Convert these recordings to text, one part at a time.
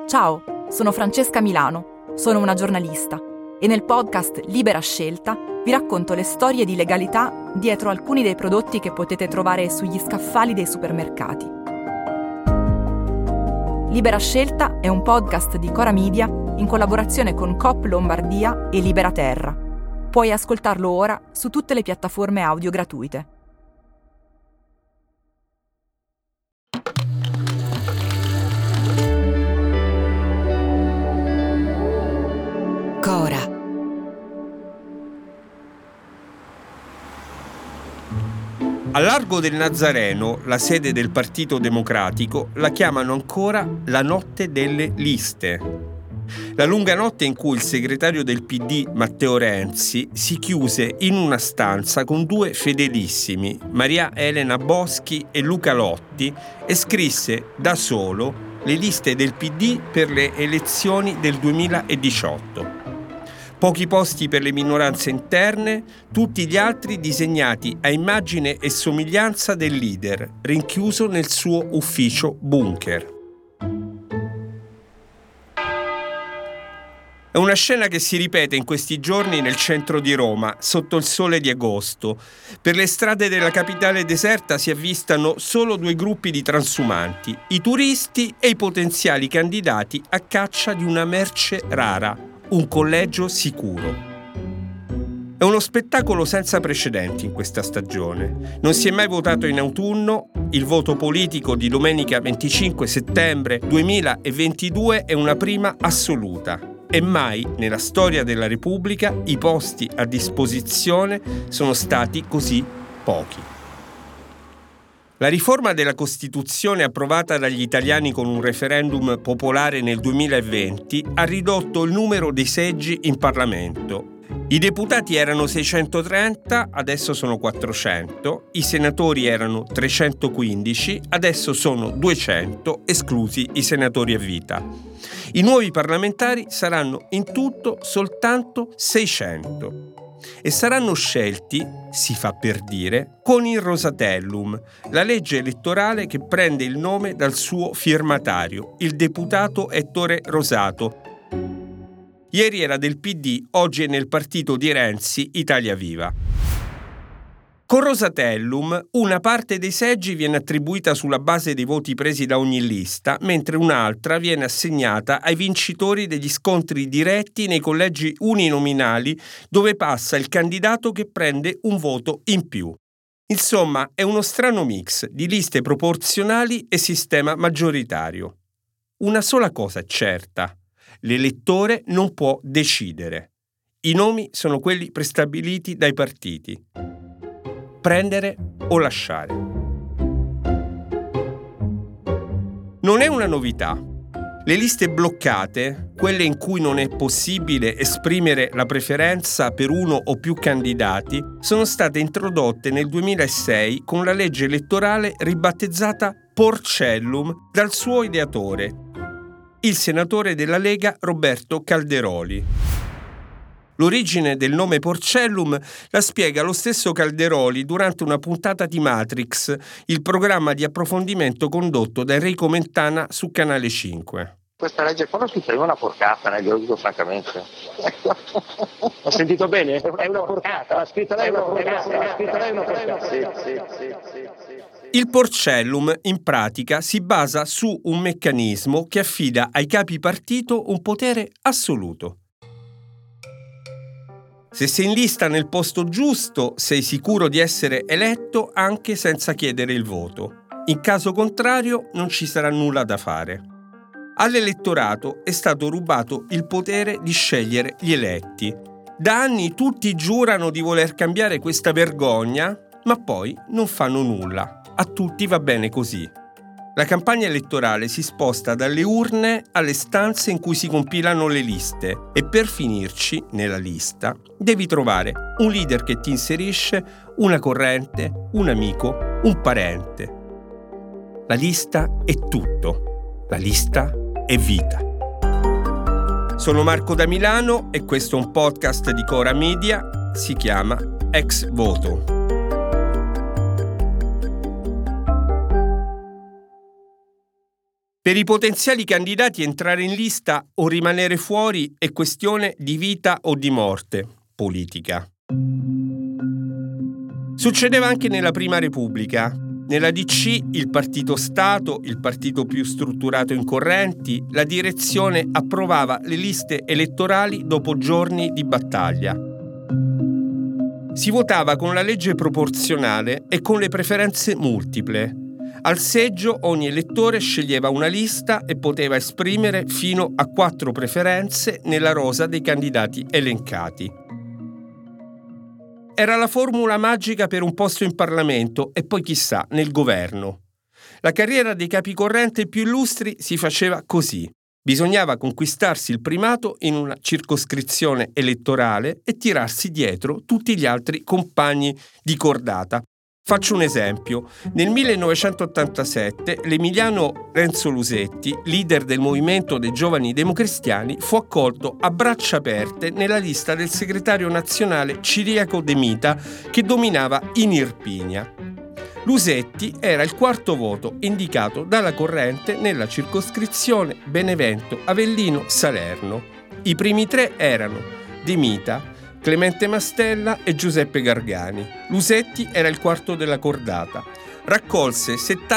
Ciao, sono Francesca Milano, sono una giornalista e nel podcast Libera Scelta vi racconto le storie di legalità dietro alcuni dei prodotti che potete trovare sugli scaffali dei supermercati. Libera Scelta è un podcast di Cora Media in collaborazione con Coop Lombardia e Libera Terra. Puoi ascoltarlo ora su tutte le piattaforme audio gratuite. Cora. A largo del Nazareno, la sede del Partito Democratico, la chiamano ancora la notte delle liste. La lunga notte in cui il segretario del PD, Matteo Renzi, si chiuse in una stanza con due fedelissimi, Maria Elena Boschi e Luca Lotti, e scrisse da solo le liste del PD per le elezioni del 2018. Pochi posti per le minoranze interne, tutti gli altri disegnati a immagine e somiglianza del leader, rinchiuso nel suo ufficio bunker. È una scena che si ripete in questi giorni nel centro di Roma, sotto il sole di agosto. Per le strade della capitale deserta si avvistano solo due gruppi di transumanti, i turisti e i potenziali candidati a caccia di una merce rara. Un collegio sicuro. È uno spettacolo senza precedenti in questa stagione. Non si è mai votato in autunno, il voto politico di domenica 25 settembre 2022 è una prima assoluta e mai nella storia della Repubblica i posti a disposizione sono stati così pochi. La riforma della Costituzione approvata dagli italiani con un referendum popolare nel 2020 ha ridotto il numero dei seggi in Parlamento. I deputati erano 630, adesso sono 400, i senatori erano 315, adesso sono 200, esclusi i senatori a vita. I nuovi parlamentari saranno in tutto soltanto 600. E saranno scelti, si fa per dire, con il Rosatellum, la legge elettorale che prende il nome dal suo firmatario, il deputato Ettore Rosato. Ieri era del PD, oggi è nel partito di Renzi, Italia Viva. Con Rosatellum una parte dei seggi viene attribuita sulla base dei voti presi da ogni lista, mentre un'altra viene assegnata ai vincitori degli scontri diretti nei collegi uninominali dove passa il candidato che prende un voto in più. Insomma, è uno strano mix di liste proporzionali e sistema maggioritario. Una sola cosa è certa: l'elettore non può decidere. I nomi sono quelli prestabiliti dai partiti. Prendere o lasciare. Non è una novità. Le liste bloccate, quelle in cui non è possibile esprimere la preferenza per uno o più candidati, sono state introdotte nel 2006 con la legge elettorale ribattezzata Porcellum dal suo ideatore, il senatore della Lega Roberto Calderoli. L'origine del nome Porcellum la spiega lo stesso Calderoli durante una puntata di Matrix, il programma di approfondimento condotto da Enrico Mentana su Canale 5. Questa legge qua non si prende una porcata, glielo dico francamente. Ho sentito bene? È una porcata. Ha scritto lei una porcata. Sì. Il Porcellum, in pratica, si basa su un meccanismo che affida ai capi partito un potere assoluto. Se sei in lista nel posto giusto, sei sicuro di essere eletto anche senza chiedere il voto. In caso contrario, non ci sarà nulla da fare. All'elettorato è stato rubato il potere di scegliere gli eletti. Da anni tutti giurano di voler cambiare questa vergogna, ma poi non fanno nulla. A tutti va bene così. La campagna elettorale si sposta dalle urne alle stanze in cui si compilano le liste e per finirci nella lista devi trovare un leader che ti inserisce, una corrente, un amico, un parente. La lista è tutto. La lista è vita. Sono Marco da Milano e questo è un podcast di Cora Media, si chiama Ex Voto. Per i potenziali candidati entrare in lista o rimanere fuori è questione di vita o di morte politica. Succedeva anche nella Prima Repubblica. Nella DC, il partito Stato, il partito più strutturato in correnti, la direzione approvava le liste elettorali dopo giorni di battaglia. Si votava con la legge proporzionale e con le preferenze multiple. Al seggio ogni elettore sceglieva una lista e poteva esprimere fino a 4 preferenze nella rosa dei candidati elencati. Era la formula magica per un posto in Parlamento e poi chissà nel governo. La carriera dei capicorrente più illustri si faceva così. Bisognava conquistarsi il primato in una circoscrizione elettorale e tirarsi dietro tutti gli altri compagni di cordata. Faccio un esempio. Nel 1987 l'emiliano Renzo Lusetti, leader del movimento dei giovani democristiani, fu accolto a braccia aperte nella lista del segretario nazionale Ciriaco De Mita, che dominava in Irpinia. Lusetti era il 4º voto indicato dalla corrente nella circoscrizione Benevento-Avellino-Salerno. I primi 3 erano De Mita, Clemente Mastella e Giuseppe Gargani. Lusetti era il 4º della cordata. Raccolse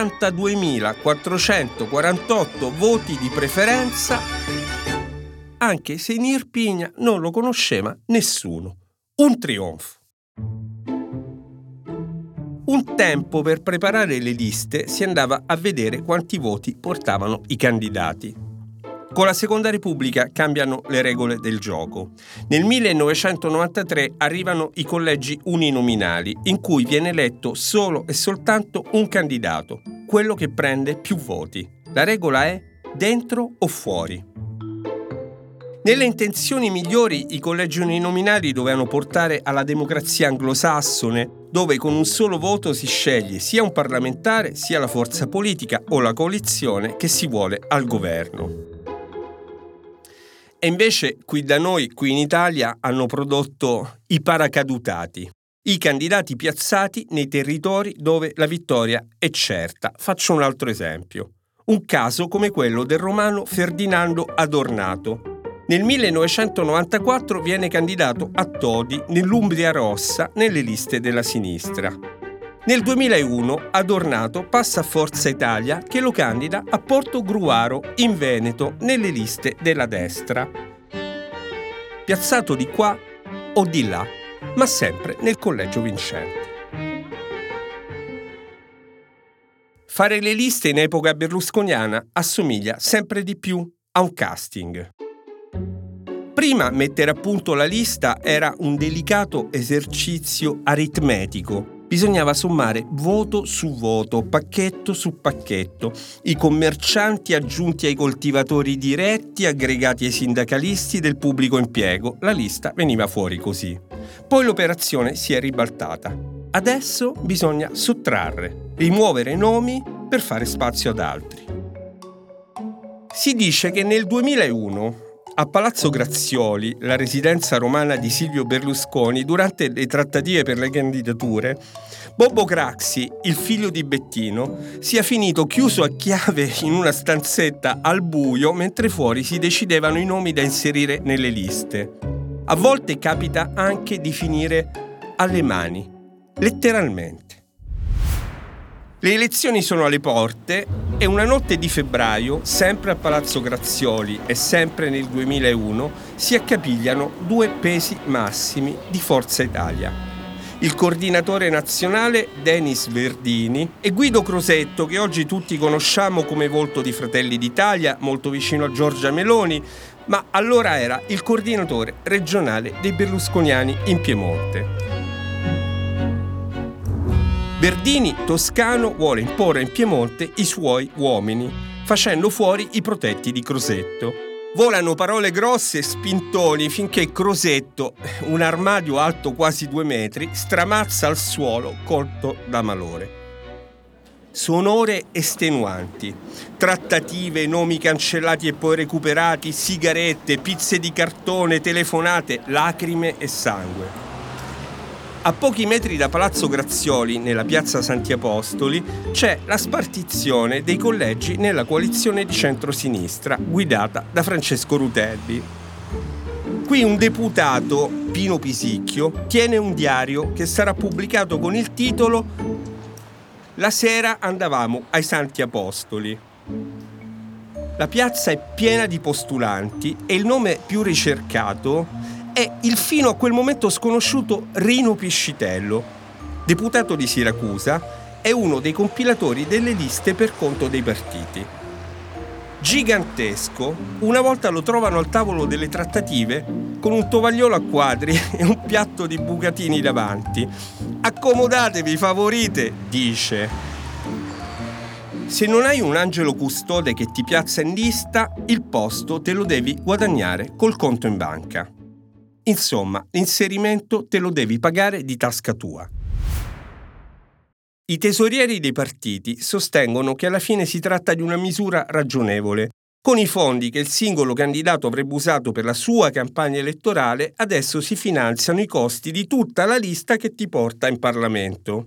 72.448 voti di preferenza, anche se in Irpinia non lo conosceva nessuno. Un trionfo. Un tempo per preparare le liste si andava a vedere quanti voti portavano i candidati. Con la Seconda Repubblica cambiano le regole del gioco. Nel 1993 arrivano i collegi uninominali, in cui viene eletto solo e soltanto un candidato, quello che prende più voti. La regola è dentro o fuori. Nelle intenzioni migliori i collegi uninominali dovevano portare alla democrazia anglosassone, dove con un solo voto si sceglie sia un parlamentare sia la forza politica o la coalizione che si vuole al governo. E invece qui da noi, qui in Italia, hanno prodotto i paracadutati, i candidati piazzati nei territori dove la vittoria è certa. Faccio un altro esempio. Un caso come quello del romano Ferdinando Adornato. Nel 1994 viene candidato a Todi nell'Umbria Rossa nelle liste della sinistra. Nel 2001 Adornato passa a Forza Italia che lo candida a Portogruaro in Veneto nelle liste della destra. Piazzato di qua o di là, ma sempre nel collegio vincente. Fare le liste in epoca berlusconiana assomiglia sempre di più a un casting. Prima mettere a punto la lista era un delicato esercizio aritmetico. Bisognava sommare voto su voto, pacchetto su pacchetto, i commercianti aggiunti ai coltivatori diretti, aggregati ai sindacalisti del pubblico impiego. La lista veniva fuori così. Poi l'operazione si è ribaltata. Adesso bisogna sottrarre, rimuovere nomi per fare spazio ad altri. Si dice che nel 2001 a Palazzo Grazioli, la residenza romana di Silvio Berlusconi, durante le trattative per le candidature, Bobbo Craxi, il figlio di Bettino, sia finito chiuso a chiave in una stanzetta al buio mentre fuori si decidevano i nomi da inserire nelle liste. A volte capita anche di finire alle mani, letteralmente. Le elezioni sono alle porte e una notte di febbraio, sempre a Palazzo Grazioli e sempre nel 2001, si accapigliano 2 pesi massimi di Forza Italia. Il coordinatore nazionale Denis Verdini e Guido Crosetto, che oggi tutti conosciamo come volto di Fratelli d'Italia, molto vicino a Giorgia Meloni, ma allora era il coordinatore regionale dei berlusconiani in Piemonte. Verdini, toscano, vuole imporre in Piemonte i suoi uomini, facendo fuori i protetti di Crosetto. Volano parole grosse e spintoni finché Crosetto, un armadio alto quasi 2 metri, stramazza al suolo colto da malore. Sono ore estenuanti, trattative, nomi cancellati e poi recuperati, sigarette, pizze di cartone, telefonate, lacrime e sangue. A pochi metri da Palazzo Grazioli, nella piazza Santi Apostoli, c'è la spartizione dei collegi nella coalizione di centrosinistra guidata da Francesco Rutelli. Qui un deputato, Pino Pisicchio, tiene un diario che sarà pubblicato con il titolo «La sera andavamo ai Santi Apostoli». La piazza è piena di postulanti e il nome più ricercato è il fino a quel momento sconosciuto Rino Piscitello, deputato di Siracusa e uno dei compilatori delle liste per conto dei partiti. Gigantesco, una volta lo trovano al tavolo delle trattative con un tovagliolo a quadri e un piatto di bucatini davanti. «Accomodatevi, favorite», dice. Se non hai un angelo custode che ti piazza in lista, il posto te lo devi guadagnare col conto in banca. Insomma, l'inserimento te lo devi pagare di tasca tua. I tesorieri dei partiti sostengono che alla fine si tratta di una misura ragionevole. Con i fondi che il singolo candidato avrebbe usato per la sua campagna elettorale, adesso si finanziano i costi di tutta la lista che ti porta in Parlamento.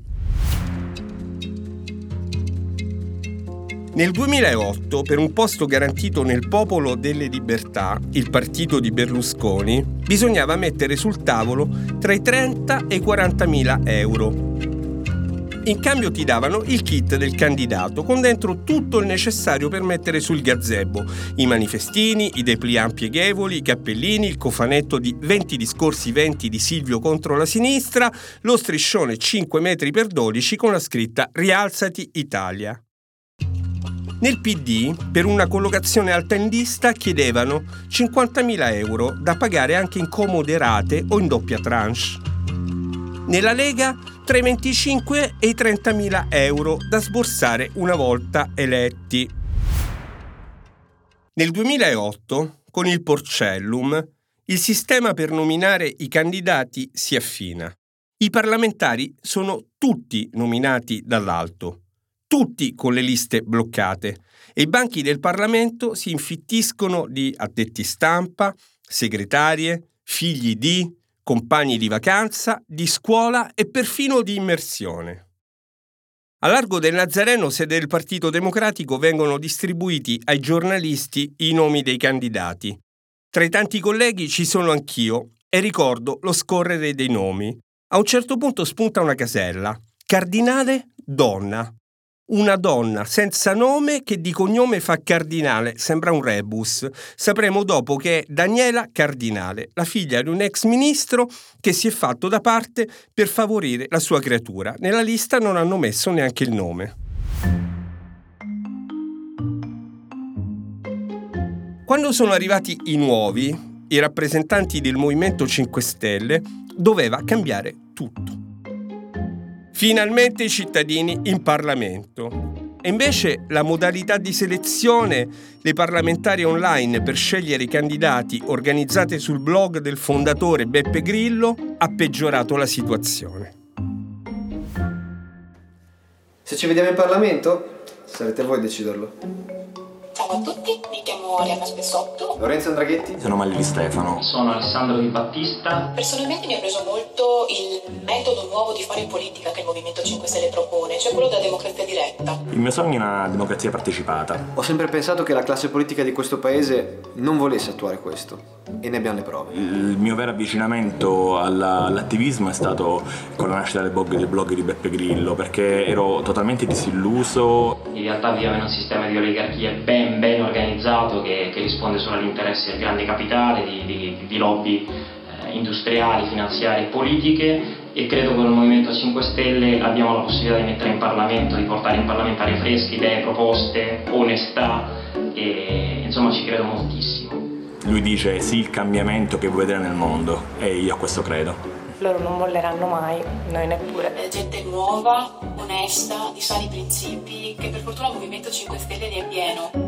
Nel 2008, per un posto garantito nel Popolo delle Libertà, il partito di Berlusconi, bisognava mettere sul tavolo tra i 30 e i 40.000 euro. In cambio ti davano il kit del candidato, con dentro tutto il necessario per mettere sul gazebo: i manifestini, i dépliant pieghevoli, i cappellini, il cofanetto di 20 discorsi 20 di Silvio contro la sinistra, lo striscione 5 metri per 12 con la scritta «Rialzati Italia». Nel PD, per una collocazione alta in lista, chiedevano 50.000 euro da pagare anche in comode rate o in doppia tranche. Nella Lega, tra i 25 e i 30.000 euro da sborsare una volta eletti. Nel 2008, con il Porcellum, il sistema per nominare i candidati si affina. I parlamentari sono tutti nominati dall'alto, tutti con le liste bloccate, e i banchi del Parlamento si infittiscono di addetti stampa, segretarie, figli di, compagni di vacanza, di scuola e perfino di immersione. A Largo del Nazareno, sede del Partito Democratico, vengono distribuiti ai giornalisti i nomi dei candidati. Tra i tanti colleghi ci sono anch'io e ricordo lo scorrere dei nomi. A un certo punto spunta una casella. Cardinale donna. Una donna senza nome che di cognome fa Cardinale, sembra un rebus. Sapremo dopo che è Daniela Cardinale, la figlia di un ex ministro che si è fatto da parte per favorire la sua creatura. Nella lista non hanno messo neanche il nome. Quando sono arrivati i nuovi, i rappresentanti del Movimento 5 Stelle, doveva cambiare tutto. Finalmente i cittadini in Parlamento. E invece la modalità di selezione, le parlamentari online per scegliere i candidati organizzate sul blog del fondatore Beppe Grillo, ha peggiorato la situazione. Se ci vediamo in Parlamento, sarete voi a deciderlo. Ciao a tutti, mi chiamo Arianna Spessotto. Lorenzo Andraghetti. Sono Malli Di Stefano. Sono Alessandro Di Battista. Personalmente mi ha preso molto il metodo nuovo di fare politica che il Movimento 5 Stelle propone, cioè quello della democrazia diretta. Il mio sogno è una democrazia partecipata. Ho sempre pensato che la classe politica di questo paese non volesse attuare questo, e ne abbiamo le prove. Il mio vero avvicinamento all'attivismo è stato con la nascita del blog di Beppe Grillo, perché ero totalmente disilluso. In realtà viviamo in un sistema di oligarchia ben organizzato che risponde solo agli interessi del grande capitale, di lobby industriali, finanziarie e politiche, e credo che con il Movimento 5 Stelle abbiamo la possibilità di mettere in Parlamento, di portare in parlamentari fresche, idee, proposte, onestà, e insomma ci credo moltissimo. Lui dice sì, il cambiamento che vuoi vedere nel mondo, e io a questo credo. Loro non molleranno mai, noi neppure. È gente nuova, onesta, di sani principi, che per fortuna il Movimento 5 Stelle ne è pieno.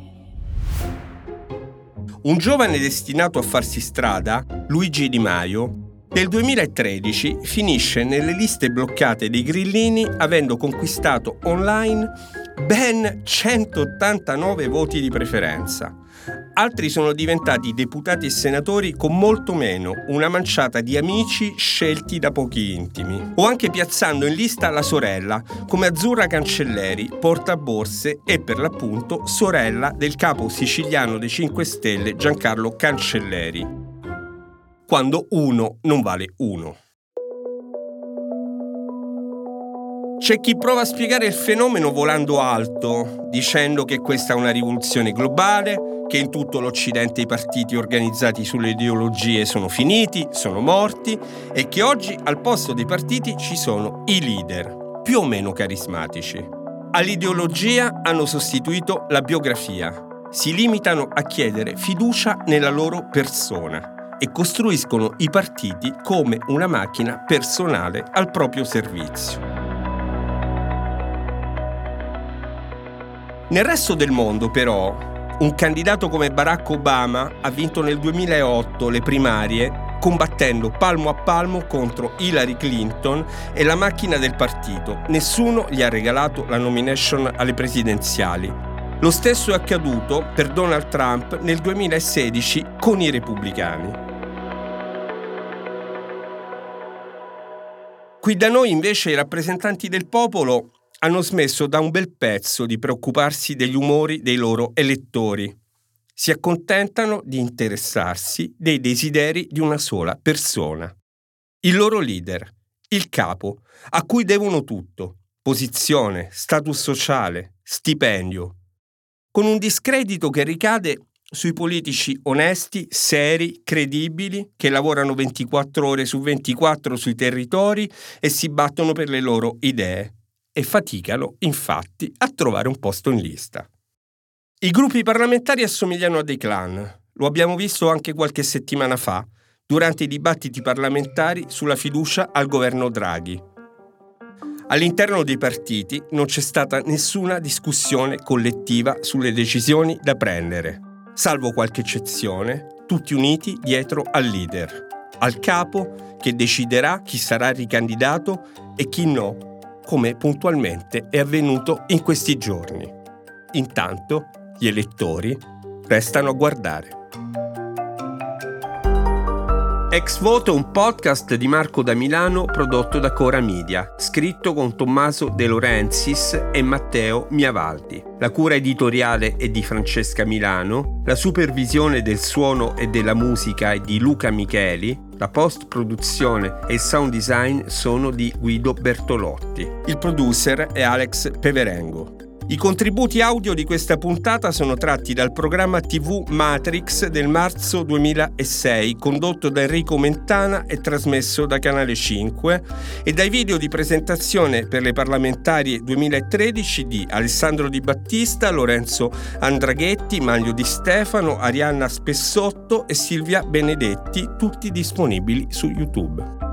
Un giovane destinato a farsi strada, Luigi Di Maio, nel 2013 finisce nelle liste bloccate dei grillini avendo conquistato online ben 189 voti di preferenza. altri sono diventati deputati e senatori con molto meno, una manciata di amici scelti da pochi intimi. O anche piazzando in lista la sorella, come Azzurra Cancelleri, portaborse e per l'appunto sorella del capo siciliano dei 5 Stelle Giancarlo Cancelleri. Quando uno non vale uno. C'è chi prova a spiegare il fenomeno volando alto, dicendo che questa è una rivoluzione globale, che in tutto l'Occidente i partiti organizzati sulle ideologie sono finiti, sono morti e che oggi al posto dei partiti ci sono i leader, più o meno carismatici. All'ideologia hanno sostituito la biografia, si limitano a chiedere fiducia nella loro persona e costruiscono i partiti come una macchina personale al proprio servizio. Nel resto del mondo, però, un candidato come Barack Obama ha vinto nel 2008 le primarie combattendo palmo a palmo contro Hillary Clinton e la macchina del partito. Nessuno gli ha regalato la nomination alle presidenziali. Lo stesso è accaduto per Donald Trump nel 2016 con i repubblicani. Qui da noi invece i rappresentanti del popolo hanno smesso da un bel pezzo di preoccuparsi degli umori dei loro elettori. Si accontentano di interessarsi dei desideri di una sola persona. Il loro leader, il capo, a cui devono tutto: posizione, status sociale, stipendio. Con un discredito che ricade sui politici onesti, seri, credibili, che lavorano 24 ore su 24 sui territori e si battono per le loro idee. E faticano, infatti, a trovare un posto in lista. I gruppi parlamentari assomigliano a dei clan. Lo abbiamo visto anche qualche settimana fa, durante i dibattiti parlamentari sulla fiducia al governo Draghi. All'interno dei partiti non c'è stata nessuna discussione collettiva sulle decisioni da prendere, salvo qualche eccezione, tutti uniti dietro al leader, al capo che deciderà chi sarà ricandidato e chi no, come puntualmente è avvenuto in questi giorni. Intanto gli elettori restano a guardare. Ex Voto è un podcast di Marco da Milano prodotto da Cora Media, scritto con Tommaso De Laurentiis e Matteo Miavaldi. La cura editoriale è di Francesca Milano, la supervisione del suono e della musica è di Luca Micheli, la post-produzione e il sound design sono di Guido Bertolotti. Il producer è Alex Peverengo. I contributi audio di questa puntata sono tratti dal programma TV Matrix del marzo 2006, condotto da Enrico Mentana e trasmesso da Canale 5, e dai video di presentazione per le parlamentari 2013 di Alessandro Di Battista, Lorenzo Andraghetti, Manlio Di Stefano, Arianna Spessotto e Silvia Benedetti, tutti disponibili su YouTube.